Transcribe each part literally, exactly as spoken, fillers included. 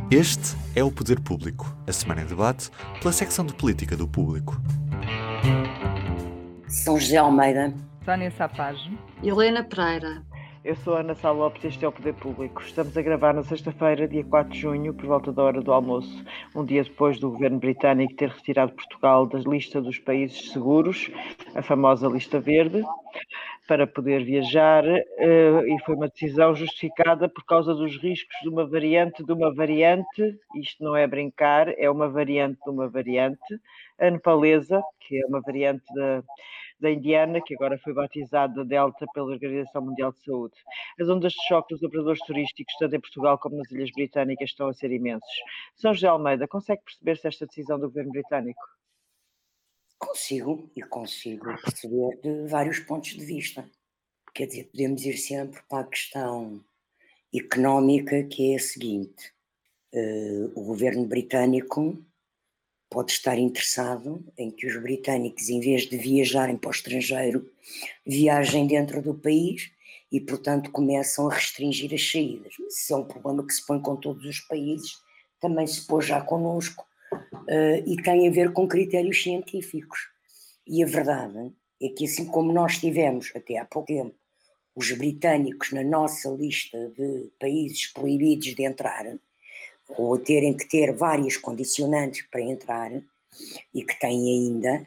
Este é o Poder Público, a semana em debate pela secção de Política do Público. São José Almeida, Sónia Sapage, Helena Pereira. Eu sou a Ana Sá Lopes e este é o Poder Público. Estamos a gravar na sexta-feira, dia quatro de junho, por volta da hora do almoço, um dia depois do governo britânico ter retirado Portugal da lista dos países seguros, a famosa lista verde, para poder viajar, e foi uma decisão justificada por causa dos riscos de uma variante de uma variante, isto não é brincar, é uma variante de uma variante, a nepalesa, que é uma variante da, da indiana, que agora foi batizada Delta pela Organização Mundial de Saúde. As ondas de choque dos operadores turísticos, tanto em Portugal como nas Ilhas Britânicas, estão a ser imensos. São José Almeida, consegue perceber-se esta decisão do governo britânico? consigo e consigo perceber de vários pontos de vista. Quer dizer, podemos ir sempre para a questão económica, que é a seguinte: uh, o governo britânico pode estar interessado em que os britânicos, em vez de viajarem para o estrangeiro, viajem dentro do país e, portanto, começam a restringir as saídas. Mas isso é um problema que se põe com todos os países, também se pôs já connosco, uh, e tem a ver com critérios científicos. E a verdade é que, assim como nós tivemos, até há pouco tempo, os britânicos na nossa lista de países proibidos de entrar, ou a terem que ter várias condicionantes para entrar, e que têm ainda,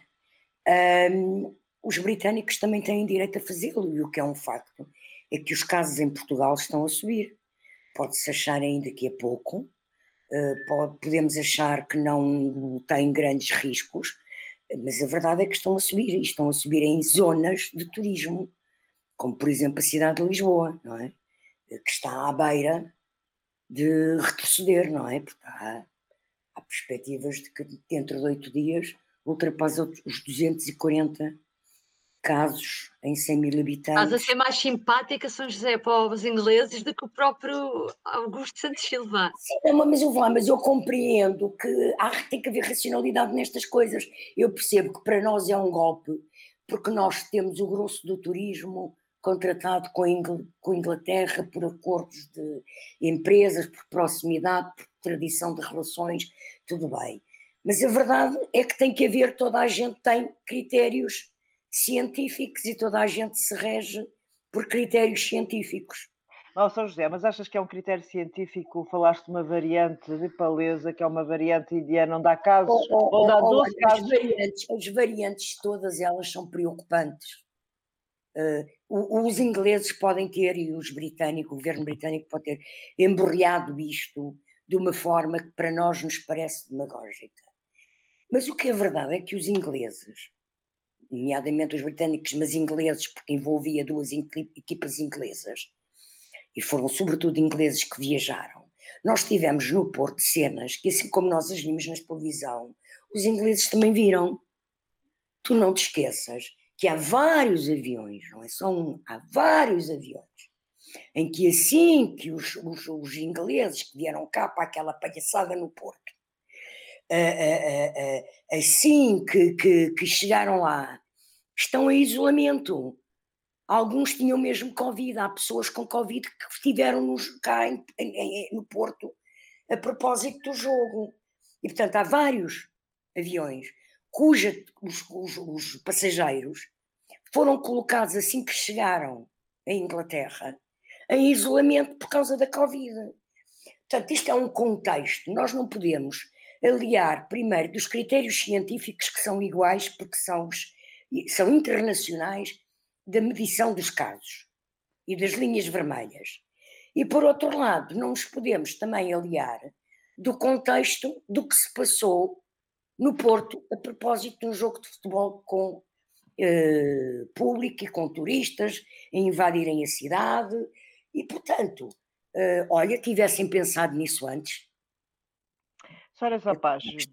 um, os britânicos também têm direito a fazê-lo, e o que é um facto é que os casos em Portugal estão a subir. Pode-se achar ainda que é pouco, uh, pode, podemos achar que não tem grandes riscos, mas a verdade é que estão a subir, e estão a subir em zonas de turismo, como por exemplo a cidade de Lisboa, não é? Que está à beira de retroceder, não é? Porque há, há perspectivas de que dentro de oito dias ultrapassa os duzentos e quarenta casos em cem mil habitantes. Estás a ser mais simpática, São José, para os ingleses do que o próprio Augusto Santos Silva. Sim, não, mas eu vou lá, mas eu compreendo que há, tem que haver racionalidade nestas coisas. Eu percebo que para nós é um golpe, porque nós temos o grosso do turismo contratado com a Inglaterra por acordos de empresas, por proximidade, por tradição de relações, tudo bem. Mas a verdade é que tem que haver, toda a gente tem critérios científicos e toda a gente se rege por critérios científicos. Não, São José, mas achas que é um critério científico? Falaste de uma variante de palesa, que é uma variante indiana, onde há casos, oh, oh, onde há oh, doze as casos. Variantes, as variantes, todas elas são preocupantes. Uh, os ingleses podem ter, e os britânicos, o governo britânico pode ter emborreado isto de uma forma que para nós nos parece demagógica. Mas o que é verdade é que os ingleses, nomeadamente os britânicos, mas ingleses, porque envolvia duas equipas inglesas, e foram sobretudo ingleses que viajaram. Nós tivemos no Porto cenas que, assim como nós as vimos na televisão, os ingleses também viram. Tu não te esqueças que há vários aviões, não é só um, há vários aviões, em que assim que os, os, os ingleses que vieram cá para aquela palhaçada no Porto, uh, uh, uh, assim que, que, que chegaram lá, estão em isolamento. Alguns tinham mesmo Covid, há pessoas com Covid que estiveram nos, cá em, em, no Porto a propósito do jogo. E portanto há vários aviões cujos os, os, os passageiros foram colocados assim que chegaram à Inglaterra em isolamento por causa da Covid. Portanto, isto é um contexto. Nós não podemos aliar primeiro dos critérios científicos que são iguais, porque são, os, são internacionais, da medição dos casos e das linhas vermelhas. E por outro lado, não nos podemos também aliar do contexto do que se passou no Porto a propósito de um jogo de futebol com eh, público e com turistas a invadirem a cidade e, portanto, eh, olha, tivessem pensado nisso antes. Sónia Sapage,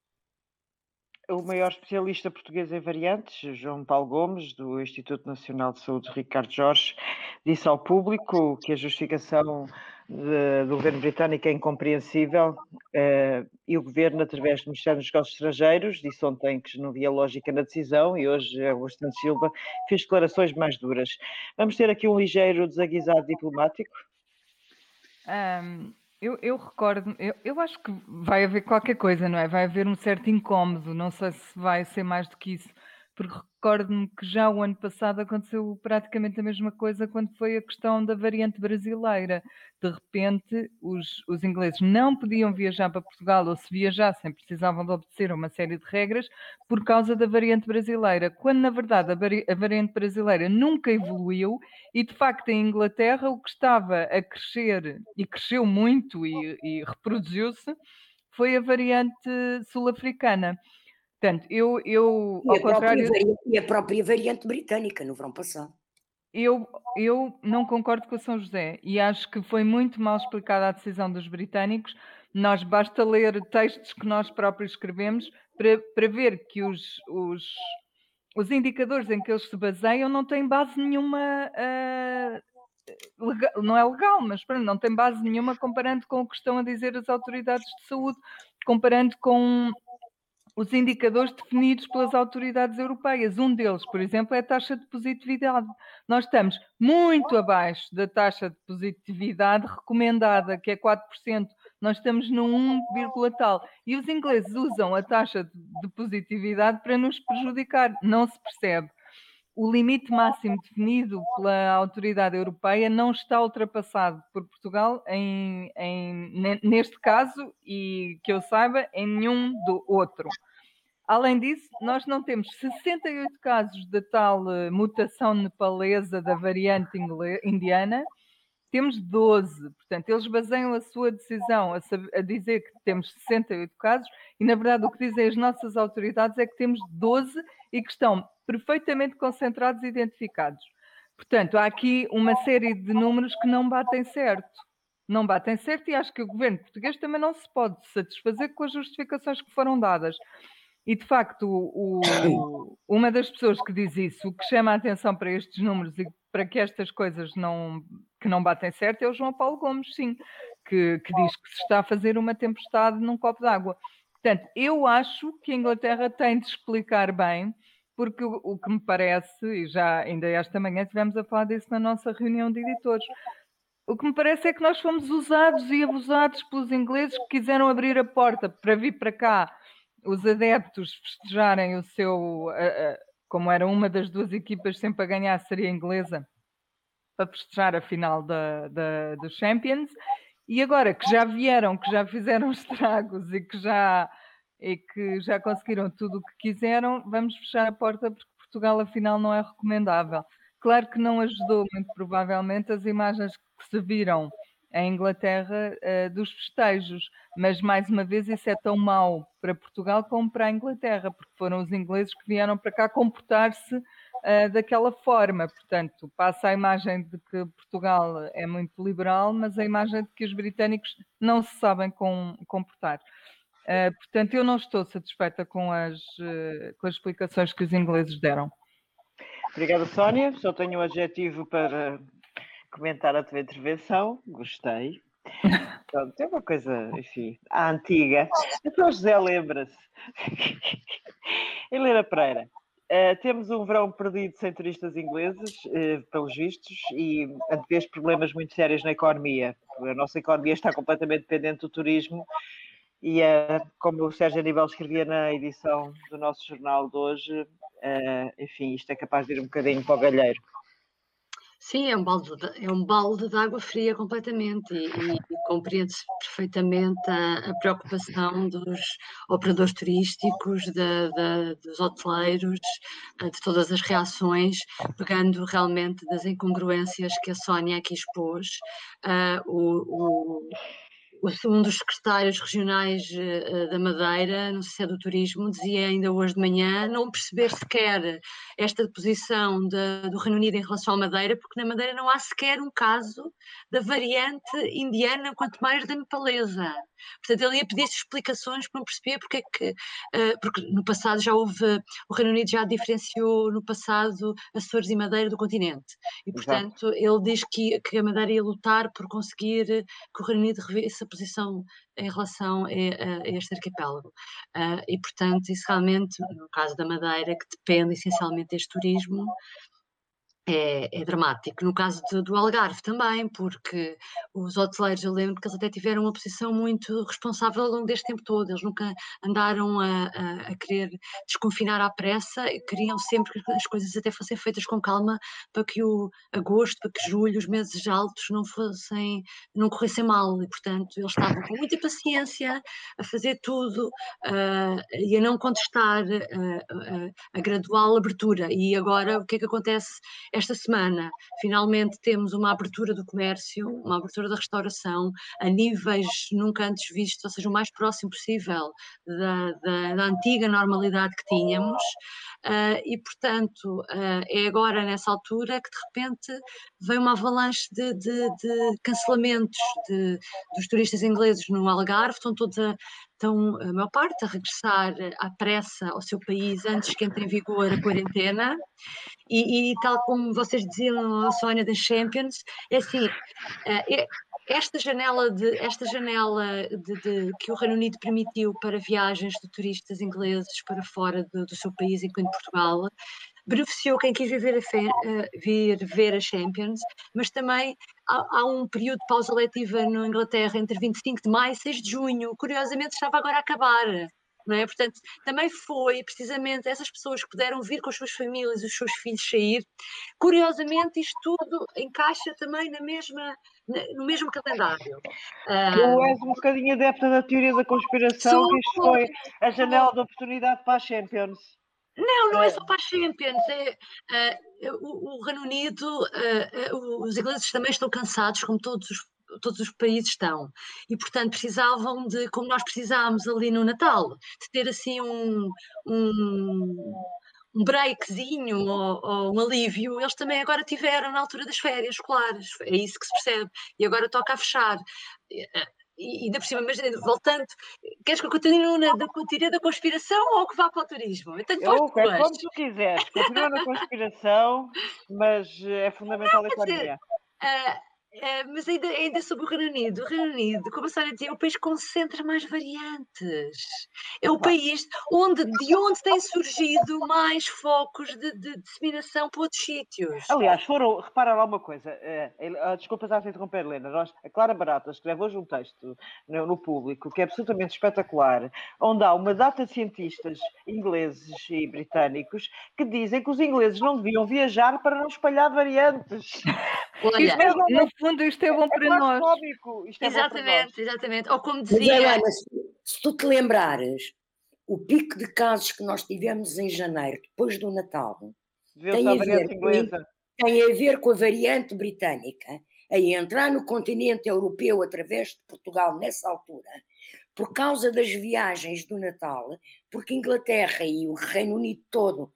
o maior especialista português em variantes, João Paulo Gomes, do Instituto Nacional de Saúde Ricardo Jorge, disse ao público que a justificação de, do governo britânico é incompreensível eh, e o governo, através do Ministério dos Negócios Estrangeiros, disse ontem que não via lógica na decisão e hoje Augusto Santos Silva fez declarações mais duras. Vamos ter aqui um ligeiro desaguisado diplomático? Um, Eu, eu recordo, eu, eu acho que vai haver qualquer coisa, não é? Vai haver um certo incómodo, não sei se vai ser mais do que isso, porque recordo-me que já o ano passado aconteceu praticamente a mesma coisa quando foi a questão da variante brasileira. De repente, os, os ingleses não podiam viajar para Portugal, ou se viajassem precisavam de obedecer a uma série de regras por causa da variante brasileira, quando na verdade a, vari, a variante brasileira nunca evoluiu e de facto em Inglaterra o que estava a crescer, e cresceu muito e, e reproduziu-se, foi a variante sul-africana. Portanto, eu, eu E ao a, própria contrário, variante, e a própria variante britânica no verão passado. eu, eu não concordo com o São José e acho que foi muito mal explicada a decisão dos britânicos. Nós basta ler textos que nós próprios escrevemos para, para ver que os, os, os indicadores em que eles se baseiam não têm base nenhuma, uh, legal, não é legal, mas pronto, não tem base nenhuma comparando com o que estão a dizer as autoridades de saúde, comparando com os indicadores definidos pelas autoridades europeias. Um deles, por exemplo, é a taxa de positividade. Nós estamos muito abaixo da taxa de positividade recomendada, que é quatro por cento. Nós estamos no um, tal. E os ingleses usam a taxa de positividade para nos prejudicar. Não se percebe. O limite máximo definido pela autoridade europeia não está ultrapassado por Portugal em, em, neste caso, e que eu saiba, em nenhum do outro. Além disso, nós não temos sessenta e oito casos da tal uh, mutação nepalesa da variante indiana, temos doze. Portanto, eles baseiam a sua decisão a, a dizer que temos sessenta e oito casos e, na verdade, o que dizem as nossas autoridades é que temos doze e que estão perfeitamente concentrados e identificados. Portanto, há aqui uma série de números que não batem certo. Não batem certo e acho que o governo português também não se pode satisfazer com as justificações que foram dadas. E, de facto, o, uma das pessoas que diz isso, o que chama a atenção para estes números e para que estas coisas não, que não batem certo é o João Paulo Gomes, sim, que, que diz que se está a fazer uma tempestade num copo d'água. Portanto, eu acho que a Inglaterra tem de explicar bem, porque o, o que me parece, e já ainda esta manhã estivemos a falar disso na nossa reunião de editores, o que me parece é que nós fomos usados e abusados pelos ingleses que quiseram abrir a porta para vir para cá os adeptos festejarem o seu, como era uma das duas equipas sempre a ganhar, seria inglesa, para festejar a final da, da, dos Champions, e agora que já vieram, que já fizeram estragos e que já, e que já conseguiram tudo o que quiseram, vamos fechar a porta porque Portugal afinal não é recomendável. Claro que não ajudou, muito provavelmente, as imagens que se viram em Inglaterra uh, dos festejos, mas mais uma vez isso é tão mau para Portugal como para a Inglaterra, porque foram os ingleses que vieram para cá comportar-se uh, daquela forma. Portanto, passa a imagem de que Portugal é muito liberal, mas a imagem de que os britânicos não se sabem com, comportar. Uh, portanto, eu não estou satisfeita com as, uh, com as explicações que os ingleses deram. Obrigada, Sónia. Só tenho um adjetivo para comentar a tua intervenção. Gostei. Pronto, é uma coisa, enfim, à antiga. Então, José lembra-se. Helena Pereira, uh, temos um verão perdido sem turistas ingleses, uh, pelos vistos, e antevês problemas muito sérios na economia. A nossa economia está completamente dependente do turismo e, uh, como o Sérgio Aníbal escrevia na edição do nosso jornal de hoje, uh, enfim, isto é capaz de ir um bocadinho para o galheiro. Sim, é um balde de, é um balde de água fria completamente e, e, e compreende-se perfeitamente a, a preocupação dos operadores turísticos, de, de, dos hoteleiros, de todas as reações, pegando realmente das incongruências que a Sónia aqui expôs. Uh, o, o Um dos secretários regionais uh, da Madeira, não sei se é do turismo, dizia ainda hoje de manhã não perceber sequer esta posição de, do Reino Unido em relação à Madeira, porque na Madeira não há sequer um caso da variante indiana, quanto mais da nepalesa. Portanto, ele ia pedir explicações para não perceber porque é que, uh, porque no passado já houve, o Reino Unido já diferenciou no passado Açores e Madeira do continente. E, portanto, Exato. Ele diz que, que a Madeira ia lutar por conseguir que o Reino Unido revesse a posição em relação a, a, a este arquipélago. Uh, e, portanto, isso realmente, no caso da Madeira, que depende essencialmente deste turismo, É, é dramático. No caso do, do Algarve também, porque os hoteleiros, eu lembro que eles até tiveram uma posição muito responsável ao longo deste tempo todo. Eles nunca andaram a, a, a querer desconfinar à pressa, queriam sempre que as coisas até fossem feitas com calma para que o agosto, para que julho, os meses altos não fossem, não corressem mal. E, portanto, eles estavam com muita paciência a fazer tudo uh, e a não contestar uh, a, a gradual abertura. E agora o que é que acontece? Esta semana, finalmente, temos uma abertura do comércio, uma abertura da restauração a níveis nunca antes vistos, ou seja, o mais próximo possível da, da, da antiga normalidade que tínhamos. Uh, e, portanto, uh, é agora, nessa altura, que de repente vem uma avalanche de, de, de cancelamentos de, dos turistas ingleses no Algarve. Estão todos a, estão, a maior parte, a regressar à pressa ao seu país antes que entre em vigor a quarentena. E, e tal como vocês diziam, a Sónia, das Champions, é assim, é, esta janela, de, esta janela de, de, que o Reino Unido permitiu para viagens de turistas ingleses para fora do, do seu país, incluindo Portugal, beneficiou quem quis vir, a, vir ver a Champions, mas também há, há um período de pausa letiva na Inglaterra entre vinte e cinco de maio e seis de junho, curiosamente estava agora a acabar. Não é? Portanto, também foi precisamente essas pessoas que puderam vir com as suas famílias e os seus filhos sair. Curiosamente, isto tudo encaixa também na mesma, no mesmo calendário. Tu és um bocadinho adepta da teoria da conspiração, sou, que isto foi a janela sou. de oportunidade para a Champions. Não, não é só para a Champions. É, uh, o, o Reino Unido, uh, uh, os ingleses também estão cansados, como todos os todos os países estão, e portanto precisavam de, como nós precisámos ali no Natal, de ter assim um, um, um breakzinho ou, ou um alívio. Eles também agora tiveram na altura das férias escolares, é isso que se percebe, e agora toca a fechar. E ainda por cima, mas voltando, queres que eu continue na teoria da conspiração ou que vá para o turismo? Eu tenho eu, é como tu quiseres, continua na conspiração, mas é fundamental não, a economia. Uh, Uh, mas ainda, ainda sobre o Reino Unido, o Reino Unido, como a Sara dizia, é o país que concentra mais variantes. É o país onde, de onde têm surgido mais focos de, de disseminação para outros sítios. Aliás, foram, repara lá uma coisa, uh, uh, desculpa estar a interromper, Helena, nós, a Clara Barata escreve hoje um texto no, no Público que é absolutamente espetacular, onde há uma data de cientistas ingleses e britânicos que dizem que os ingleses não deviam viajar para não espalhar variantes. Olha, isto é, no fundo, isto é bom é para nós. Isto é exatamente, bom para nós. Exatamente. Ou como dizia... Mas, Helena, se, se tu te lembrares, o pico de casos que nós tivemos em janeiro, depois do Natal, tem a, ver com, tem a ver com a variante britânica a entrar no continente europeu através de Portugal nessa altura, por causa das viagens do Natal, porque Inglaterra e o Reino Unido todo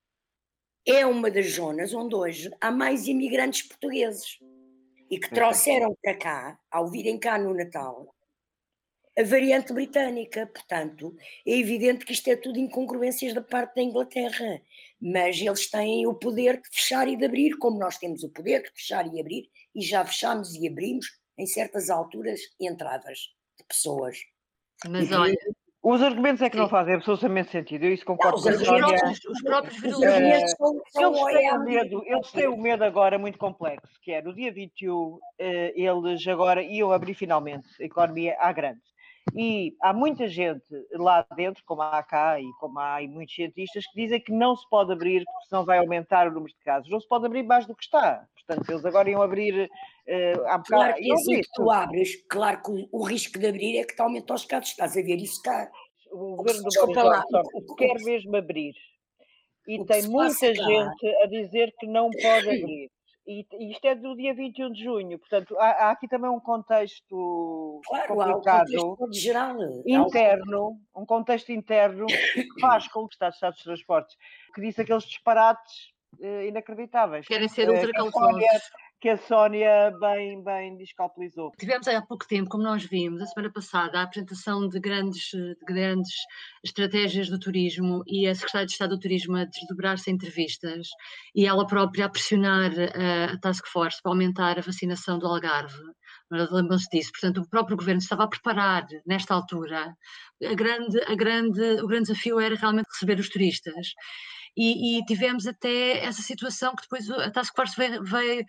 é uma das zonas onde hoje há mais imigrantes portugueses e que trouxeram para cá, ao virem cá no Natal, a variante britânica. Portanto, é evidente que isto é tudo incongruências da parte da Inglaterra, mas eles têm o poder de fechar e de abrir, como nós temos o poder de fechar e abrir, e já fechamos e abrimos em certas alturas entradas de pessoas. Mas olha... Os argumentos é que não fazem absolutamente sentido, eu isso concordo com a Sónia. Os próprios virulentes. Eles têm o medo, eles têm o medo agora muito complexo, que é no dia vinte e um, eles agora iam abrir finalmente a economia à grande. E há muita gente lá dentro, como há cá e como há muitos cientistas, que dizem que não se pode abrir porque senão vai aumentar o número de casos. Não se pode abrir mais do que está. Portanto, eles agora iam abrir... Uh, há claro que assim que tu abres, claro que o, o risco de abrir é que te aumenta os casos. Estás a ver isso cá. O governo do Boris Johnson quer mesmo abrir. E tem muita gente a dizer que não pode abrir. E, e isto é do dia vinte e um de junho, portanto há, há aqui também um contexto claro, complicado, há um contexto geral, interno, um contexto interno que faz com que o Estado de Estados de Transportes, que disse aqueles disparates uh, inacreditáveis. Querem ser uh, ultracautelosos. Que a Sónia bem, bem descalculizou. Tivemos há pouco tempo, como nós vimos, a semana passada, a apresentação de grandes, de grandes estratégias do turismo e a Secretária de Estado do Turismo a desdobrar-se em entrevistas e ela própria a pressionar a, a Task Force para aumentar a vacinação do Algarve. Lembram-se disso. Portanto, o próprio governo estava a preparar, nesta altura, a grande, a grande, o grande desafio era realmente receber os turistas. e, e tivemos até essa situação que depois a Task Force veio, veio,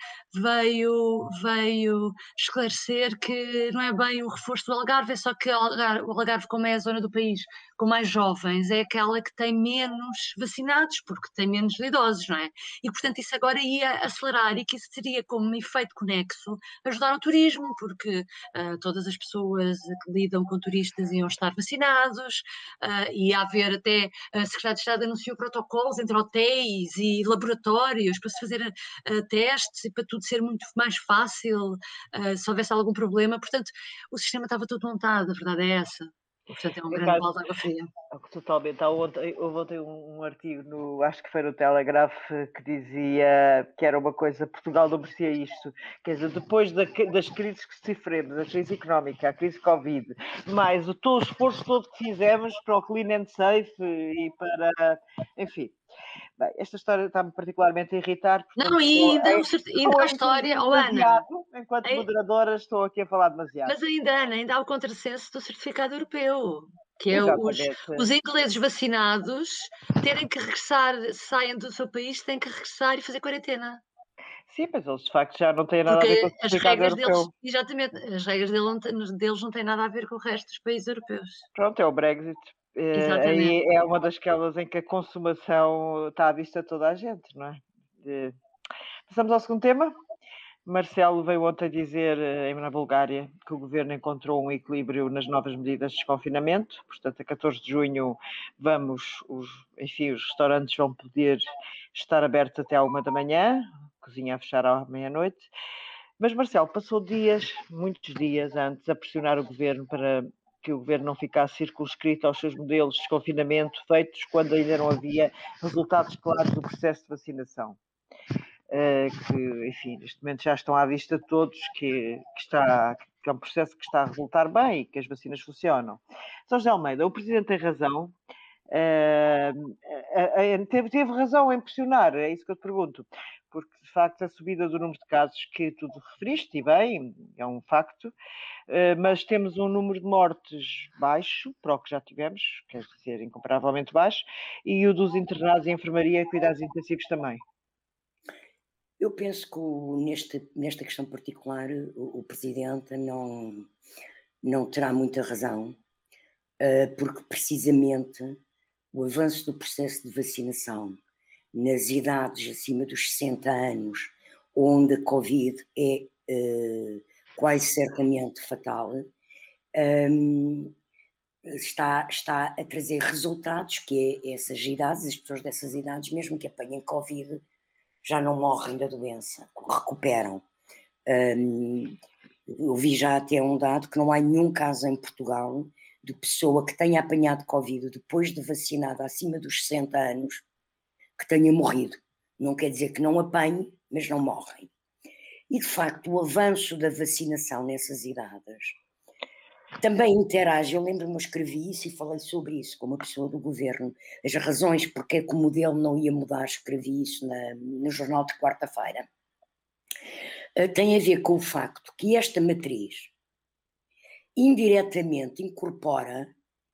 veio, veio esclarecer que não é bem o reforço do Algarve, é só que o Algarve, o Algarve, como é a zona do país com mais jovens, é aquela que tem menos vacinados, porque tem menos idosos, não é? E, portanto, isso agora ia acelerar e que isso teria como efeito conexo ajudar o turismo, porque uh, todas as pessoas que lidam com turistas iam estar vacinados, uh, ia haver até, a Secretaria de Estado anunciou protocolos entre hotéis e laboratórios para se fazer uh, testes e para tudo ser muito mais fácil, uh, se houvesse algum problema. Portanto, o sistema estava todo montado, a verdade é essa. Portanto, é um grande balde de água fria. Totalmente. Há ontem, houve ontem um, um artigo, no, acho que foi no Telegraph, que dizia que era uma coisa, Portugal não merecia isto. Quer dizer, depois da, das crises que sofremos, a crise económica, a crise Covid, mais o, todo, o esforço todo que fizemos para o Clean and Safe e para... Enfim. Bem, esta história está-me particularmente a irritar. Portanto, não, e ainda, é, o, ainda a história, oh, Ana, enquanto é, moderadora estou aqui a falar demasiado. Mas ainda, Ana, ainda há o contrassenso do certificado europeu, que é os, os ingleses vacinados terem que regressar, saem do seu país, têm que regressar e fazer quarentena. Sim, mas eles de facto já não têm nada Porque a ver com o certificado as regras europeu. Deles, exatamente, as regras deles não têm nada a ver com o resto dos países europeus. Pronto, é o Brexit. Exatamente. Aí é uma das aquelas em que a consumação está à vista de toda a gente, não é? De... Passamos ao segundo tema. Marcelo veio ontem dizer, na Bulgária, que o governo encontrou um equilíbrio nas novas medidas de desconfinamento. Portanto, a catorze de junho, vamos, os, enfim, os restaurantes vão poder estar abertos até à uma da manhã, a cozinha a fechar à meia-noite. Mas Marcelo passou dias, muitos dias antes, a pressionar o governo para que o governo não ficasse circunscrito aos seus modelos de desconfinamento feitos quando ainda não havia resultados claros do processo de vacinação. Uh, que, enfim, neste momento já estão à vista de todos que, que, está, que é um processo que está a resultar bem e que as vacinas funcionam. São José Almeida, o Presidente tem razão, uh, uh, uh, teve, teve razão em pressionar, é isso que eu te pergunto, porque de facto a subida do número de casos que tu referiste, e bem, é um facto, uh, mas temos um número de mortes baixo, para o que já tivemos, quer dizer, incomparavelmente baixo, e o dos internados em enfermaria e cuidados intensivos também. Eu penso que o, neste, nesta questão particular o, o Presidente não, não terá muita razão, uh, porque precisamente o avanço do processo de vacinação nas idades acima dos sessenta anos, onde a Covid é uh, quase certamente fatal, um, está, está a trazer resultados que é essas idades, as pessoas dessas idades, mesmo que apanhem Covid, já não morrem da doença, recuperam. Um, eu vi já até um dado que não há nenhum caso em Portugal de pessoa que tenha apanhado Covid depois de vacinada acima dos sessenta anos que tenha morrido. Não quer dizer que não apanhe, mas não morrem. E de facto o avanço da vacinação nessas idades também interage. Eu lembro-me, eu escrevi isso e falei sobre isso com uma pessoa do governo, as razões porque é que o modelo não ia mudar, escrevi isso na, no jornal de quarta-feira. Uh, tem a ver com o facto que esta matriz indiretamente incorpora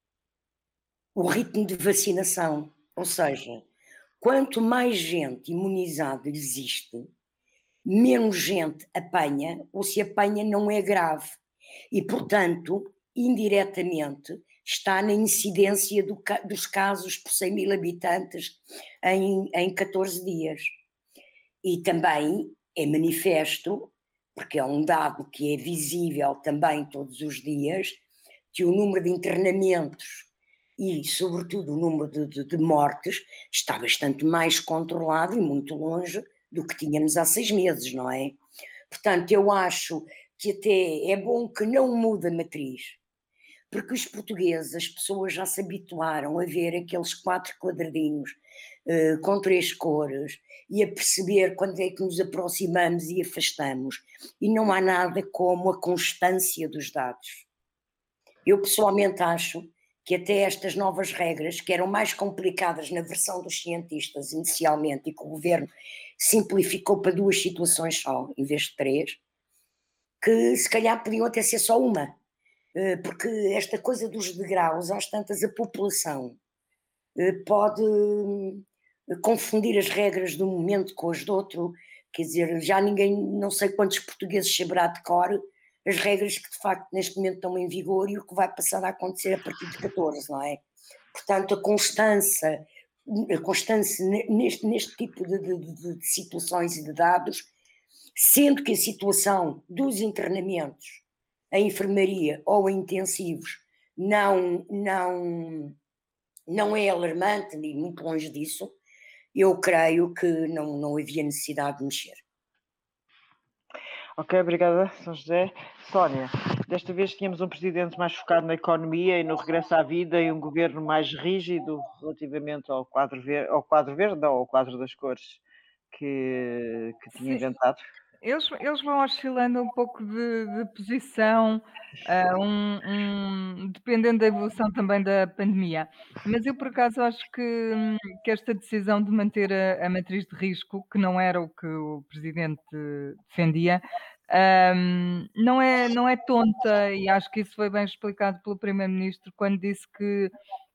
o ritmo de vacinação, ou seja, quanto mais gente imunizada existe, menos gente apanha, ou se apanha não é grave. E, portanto, indiretamente, está na incidência do, dos casos por cem mil habitantes em, em catorze dias. E também é manifesto, porque é um dado que é visível também todos os dias, que o número de internamentos e, sobretudo, o número de, de, de mortes está bastante mais controlado e muito longe do que tínhamos há seis meses, não é? Portanto, eu acho que até é bom que não mude a matriz, porque os portugueses, as pessoas já se habituaram a ver aqueles quatro quadradinhos uh, com três cores e a perceber quando é que nos aproximamos e afastamos, e não há nada como a constância dos dados. Eu pessoalmente acho que até estas novas regras, que eram mais complicadas na versão dos cientistas inicialmente e que o governo simplificou para duas situações só, em vez de três, que se calhar podiam até ser só uma, porque esta coisa dos degraus, às tantas a população pode confundir as regras de um momento com as do outro, quer dizer, já ninguém, não sei quantos portugueses saberá de cor as regras que de facto neste momento estão em vigor e o que vai passar a acontecer a partir de catorze, não é? Portanto, a constância, a constância neste, neste tipo de, de, de, de situações e de dados, sendo que a situação dos internamentos em enfermaria ou em intensivos não, não, não é alarmante, e muito longe disso, eu creio que não, não havia necessidade de mexer. Ok, obrigada, São José. Sónia, desta vez tínhamos um presidente mais focado na economia e no regresso à vida e um governo mais rígido relativamente ao quadro verde, ao quadro verde, não, ao quadro das cores que, que tinha inventado. Eles, eles vão oscilando um pouco de, de posição, uh, um, um, dependendo da evolução também da pandemia. Mas eu, por acaso, acho que, que esta decisão de manter a, a matriz de risco, que não era o que o Presidente defendia, um, não, é, não é tonta, e acho que isso foi bem explicado pelo Primeiro-Ministro quando disse que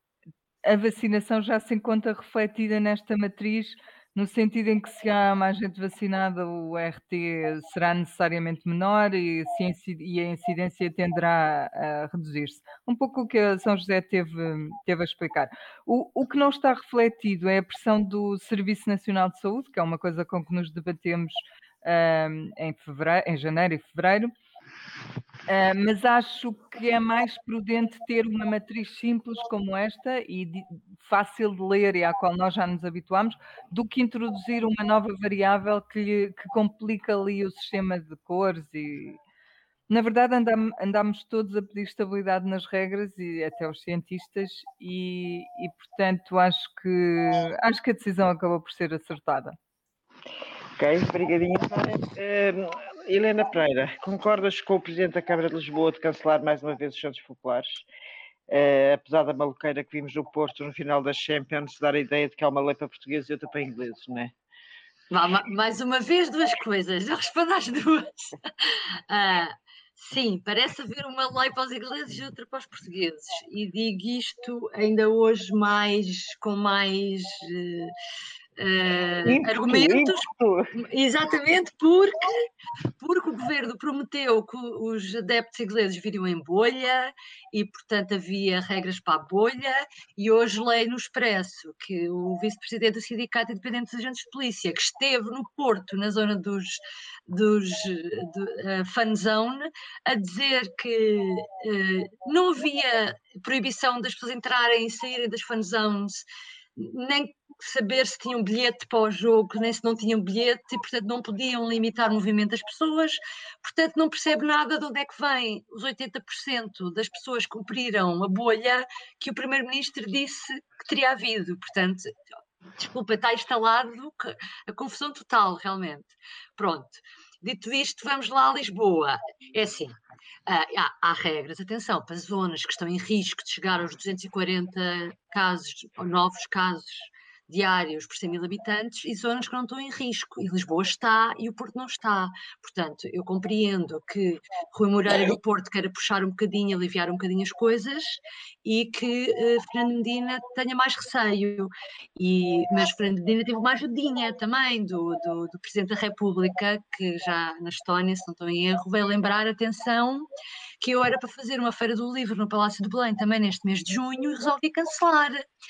a vacinação já se encontra refletida nesta matriz, no sentido em que se há mais gente vacinada, o R T será necessariamente menor e, se a, e a incidência tenderá a reduzir-se. Um pouco o que a São José teve, teve a explicar. O, o que não está refletido é a pressão do Serviço Nacional de Saúde, que é uma coisa com que nos debatemos um, em, fevereiro, em janeiro e fevereiro. Uh, mas acho que é mais prudente ter uma matriz simples como esta e de, fácil de ler e à qual nós já nos habituamos, do que introduzir uma nova variável que, lhe, que complica ali o sistema de cores e... Na verdade andam, andamos todos a pedir estabilidade nas regras e até os cientistas e, e portanto acho que, acho que a decisão acabou por ser acertada. Ok, obrigadinha. Uh, Helena Pereira, concordas com o Presidente da Câmara de Lisboa de cancelar mais uma vez os Santos Populares? Uh, apesar da maluqueira que vimos no Porto no final das Champions, dar a ideia de que há uma lei para portugueses e outra para ingleses, não é? Mais uma vez, duas coisas. Eu respondo às duas. Uh, sim, parece haver uma lei para os ingleses e outra para os portugueses. E digo isto ainda hoje mais, com mais... Uh, Uh, ímpeto, argumentos, ímpeto. Exatamente porque, porque o governo prometeu que os adeptos ingleses viriam em bolha e, portanto, havia regras para a bolha, e hoje leio no Expresso que o vice-presidente do Sindicato Independente dos Agentes de Polícia, que esteve no Porto, na zona dos, dos do, uh, fan zone, a dizer que uh, não havia proibição das pessoas entrarem e saírem das fan zones, nem saber se tinham bilhete para o jogo, nem se não tinham bilhete, e portanto não podiam limitar o movimento das pessoas, portanto não percebe nada de onde é que vem os oitenta por cento das pessoas que cumpriram a bolha que o Primeiro-Ministro disse que teria havido, portanto, desculpa, está instalado a confusão total, realmente. Pronto, dito isto, vamos lá a Lisboa. É assim, há, há regras, atenção, para zonas que estão em risco de chegar aos duzentos e quarenta casos, ou novos casos diários por cem mil habitantes, e zonas que não estão em risco, e Lisboa está e o Porto não está. Portanto, eu compreendo que Rui Moreira no Porto queira puxar um bocadinho, aliviar um bocadinho as coisas, e que uh, Fernando Medina tenha mais receio, e, mas Fernando Medina teve uma ajudinha também do, do, do Presidente da República, que já na Estónia, se não estou em erro, veio lembrar, atenção, que eu era para fazer uma feira do livro no Palácio de Belém também neste mês de junho e resolvi cancelar.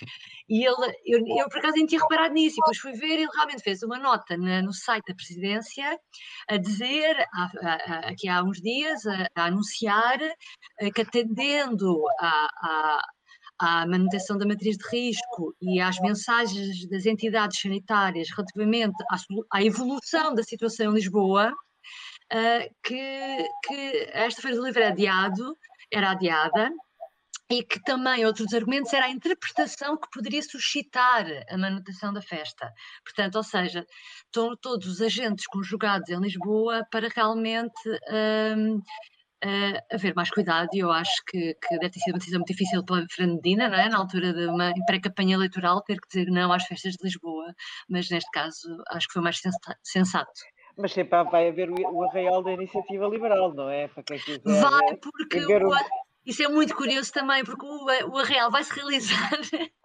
E ele, eu, eu por acaso nem tinha reparado nisso, e depois fui ver, ele realmente fez uma nota na, no site da Presidência a dizer, a, a, a, aqui há uns dias, a, a anunciar a, que atendendo a, a, à manutenção da matriz de risco e às mensagens das entidades sanitárias relativamente à, à evolução da situação em Lisboa, uh, que, que esta feira do livro era adiado, era adiada, e que também outro dos argumentos era a interpretação que poderia suscitar a manutenção da festa. Portanto, ou seja, estão todos os agentes conjugados em Lisboa para realmente um, uh, haver mais cuidado, e eu acho que, que deve ter sido uma decisão muito difícil para a Fernando Medina, não é? Na altura de uma pré-campanha eleitoral, ter que dizer não às festas de Lisboa, mas neste caso acho que foi mais sensato. Mas sempre vai haver o arraial da iniciativa liberal, não é? Para quem quiser. Vai, porque o... isso é muito curioso também, porque o, o arraial vai se realizar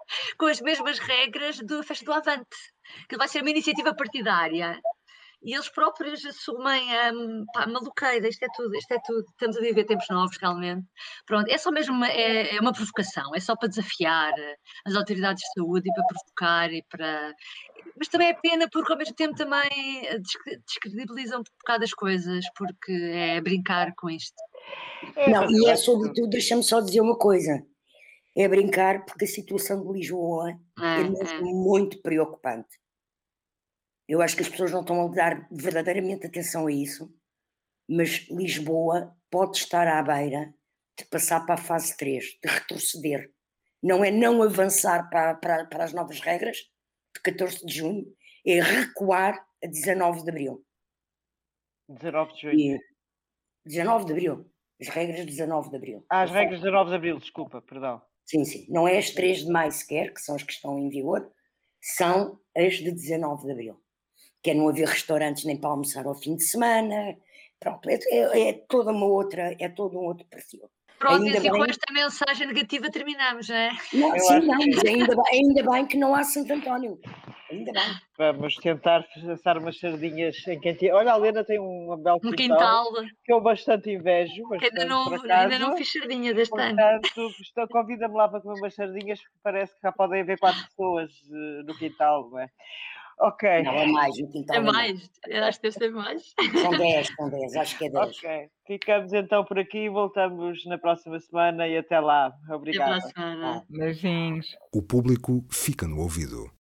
com as mesmas regras da Festa do Avante, que vai ser uma iniciativa partidária. E eles próprios assumem um, pá, maluqueira, isto é tudo, isto é tudo, estamos a viver tempos novos realmente. Pronto, é só mesmo uma, é, é uma provocação, é só para desafiar as autoridades de saúde e para provocar e para... Mas também é pena porque ao mesmo tempo também descredibilizam um bocado as coisas, porque é brincar com isto. Não, e é sobretudo, deixa-me só dizer uma coisa, é brincar porque a situação de Lisboa é, é mesmo é. muito preocupante. Eu acho que as pessoas não estão a dar verdadeiramente atenção a isso, mas Lisboa pode estar à beira de passar para a fase três, de retroceder. Não é não avançar para, para, para as novas regras de catorze de junho, é recuar a dezanove de abril. dezanove de junho. E dezanove de abril. As regras de dezanove de abril. Ah, as regras de dezanove de abril, desculpa, perdão. Sim, sim. Não é as três de maio sequer, que são as que estão em vigor, são as de dezanove de abril. Que é não haver restaurantes nem para almoçar ao fim de semana, pronto, é, é, é toda uma outra, é todo um outro perfil. Pronto, ainda e assim bem... com esta mensagem negativa terminamos, não é? Não, Eu sim, não, que... mas ainda, ainda bem que não há Santo António, ainda bem. Vamos tentar assar umas sardinhas em quentinha. Olha, a Helena tem um belo um quintal, quintal, que eu bastante invejo. Bastante, ainda, não, por ainda não fiz sardinha deste Portanto, ano. Convida-me lá para comer umas sardinhas, porque parece que já podem haver quatro pessoas uh, no quintal, não é? Ok. Não, é mais, no quintal é mais. Eu acho que deve ser mais. São dez, são dez, acho que é dez. Ok. Ficamos então por aqui e voltamos na próxima semana e até lá. Obrigado. Até para a semana. Beijinhos. O público fica no ouvido.